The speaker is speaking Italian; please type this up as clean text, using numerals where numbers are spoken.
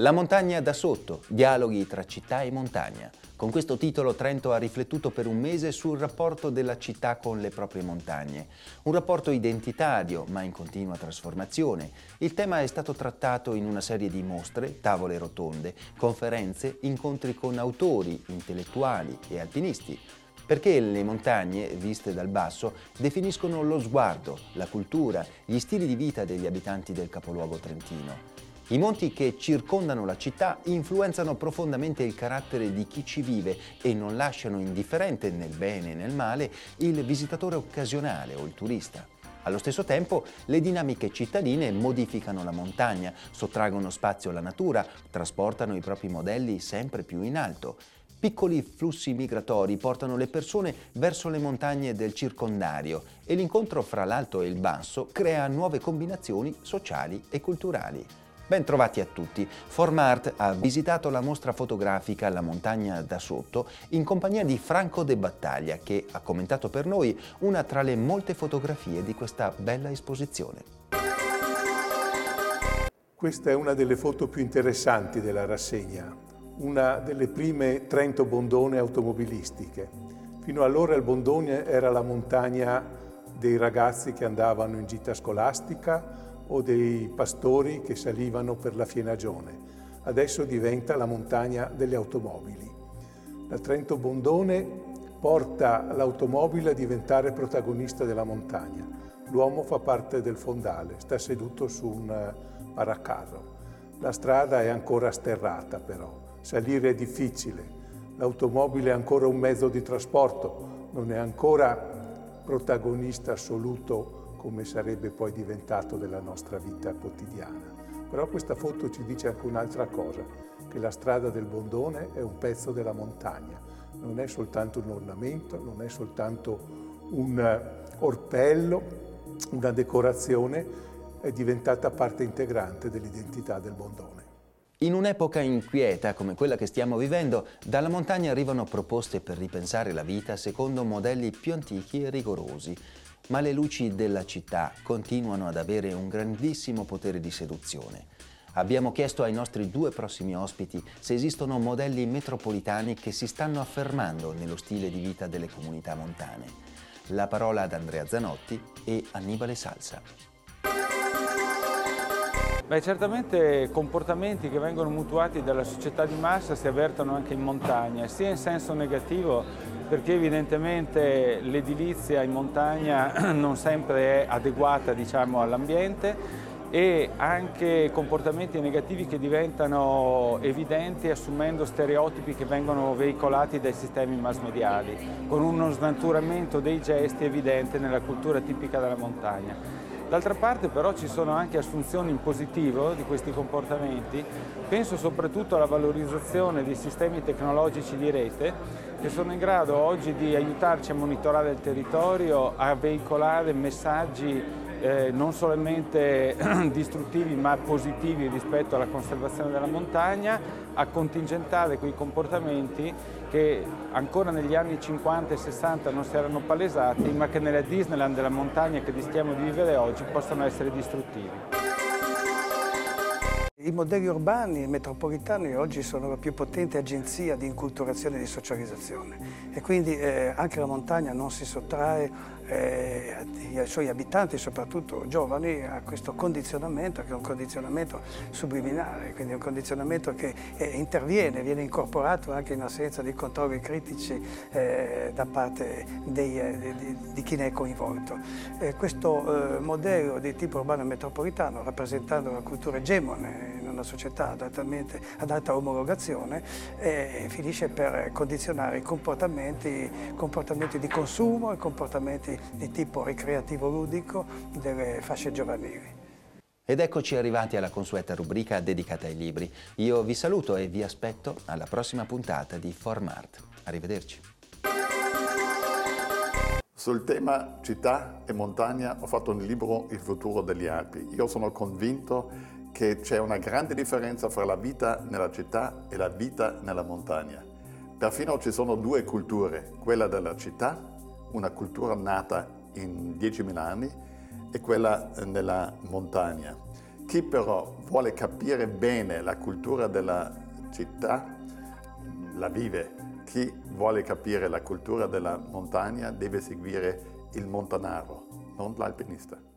La montagna da sotto, dialoghi tra città e montagna. Con questo titolo Trento ha riflettuto per un mese sul rapporto della città con le proprie montagne. Un rapporto identitario, ma in continua trasformazione. Il tema è stato trattato in una serie di mostre, tavole rotonde, conferenze, incontri con autori, intellettuali e alpinisti. Perché le montagne, viste dal basso, definiscono lo sguardo, la cultura, gli stili di vita degli abitanti del capoluogo trentino. I monti che circondano la città influenzano profondamente il carattere di chi ci vive e non lasciano indifferente, nel bene e nel male, il visitatore occasionale o il turista. Allo stesso tempo, le dinamiche cittadine modificano la montagna, sottraggono spazio alla natura, trasportano i propri modelli sempre più in alto. Piccoli flussi migratori portano le persone verso le montagne del circondario e l'incontro fra l'alto e il basso crea nuove combinazioni sociali e culturali. Ben trovati a tutti. Formart ha visitato la mostra fotografica La montagna da sotto in compagnia di Franco De Battaglia, che ha commentato per noi una tra le molte fotografie di questa bella esposizione. Questa è una delle foto più interessanti della rassegna, una delle prime Trento Bondone automobilistiche. Fino allora il Bondone era la montagna dei ragazzi che andavano in gita scolastica o dei pastori che salivano per la Fienagione. Adesso diventa la montagna delle automobili. La Trento Bondone porta l'automobile a diventare protagonista della montagna. L'uomo fa parte del fondale, sta seduto su un paracarro. La strada è ancora sterrata però, salire è difficile. L'automobile è ancora un mezzo di trasporto, non è ancora protagonista assoluto come sarebbe poi diventato della nostra vita quotidiana. Però questa foto ci dice anche un'altra cosa, che la strada del Bondone è un pezzo della montagna, non è soltanto un ornamento, non è soltanto un orpello, una decorazione, è diventata parte integrante dell'identità del Bondone. In un'epoca inquieta come quella che stiamo vivendo, dalla montagna arrivano proposte per ripensare la vita secondo modelli più antichi e rigorosi. Ma le luci della città continuano ad avere un grandissimo potere di seduzione. Abbiamo chiesto ai nostri due prossimi ospiti se esistono modelli metropolitani che si stanno affermando nello stile di vita delle comunità montane. La parola ad Andrea Zanotti e Annibale Salsa. Certamente comportamenti che vengono mutuati dalla società di massa si avvertono anche in montagna, sia in senso negativo perché evidentemente l'edilizia in montagna non sempre è adeguata, diciamo, all'ambiente, e anche comportamenti negativi che diventano evidenti assumendo stereotipi che vengono veicolati dai sistemi mass mediali, con uno snaturamento dei gesti evidente nella cultura tipica della montagna. D'altra parte però ci sono anche assunzioni in positivo di questi comportamenti, penso soprattutto alla valorizzazione di sistemi tecnologici di rete che sono in grado oggi di aiutarci a monitorare il territorio, a veicolare messaggi non solamente distruttivi ma positivi rispetto alla conservazione della montagna, a contingentare quei comportamenti che ancora negli anni 50 e 60 non si erano palesati, ma che nella Disneyland della montagna che rischiamo di vivere oggi possono essere distruttivi. I modelli urbani e metropolitani oggi sono la più potente agenzia di inculturazione e di socializzazione e quindi anche la montagna non si sottrae ai suoi abitanti, soprattutto giovani, a questo condizionamento che è un condizionamento subliminale, quindi un condizionamento che interviene, viene incorporato anche in assenza di controlli critici da parte di chi ne è coinvolto. Questo modello di tipo urbano e metropolitano, rappresentando la cultura egemone in una società ad alta omologazione, finisce per condizionare i comportamenti di consumo e comportamenti di tipo ricreativo-ludico delle fasce giovanili. Ed eccoci arrivati alla consueta rubrica dedicata ai libri. Io vi saluto e vi aspetto alla prossima puntata di Formart. Arrivederci. Sul tema città e montagna ho fatto un libro Il futuro degli Alpi. Io sono convinto che c'è una grande differenza fra la vita nella città e la vita nella montagna. Perfino ci sono due culture, quella della città, una cultura nata in 10.000 anni, e quella nella montagna, Chi però vuole capire bene la cultura della città, la vive. Chi vuole capire la cultura della montagna deve seguire il montanaro, non l'alpinista.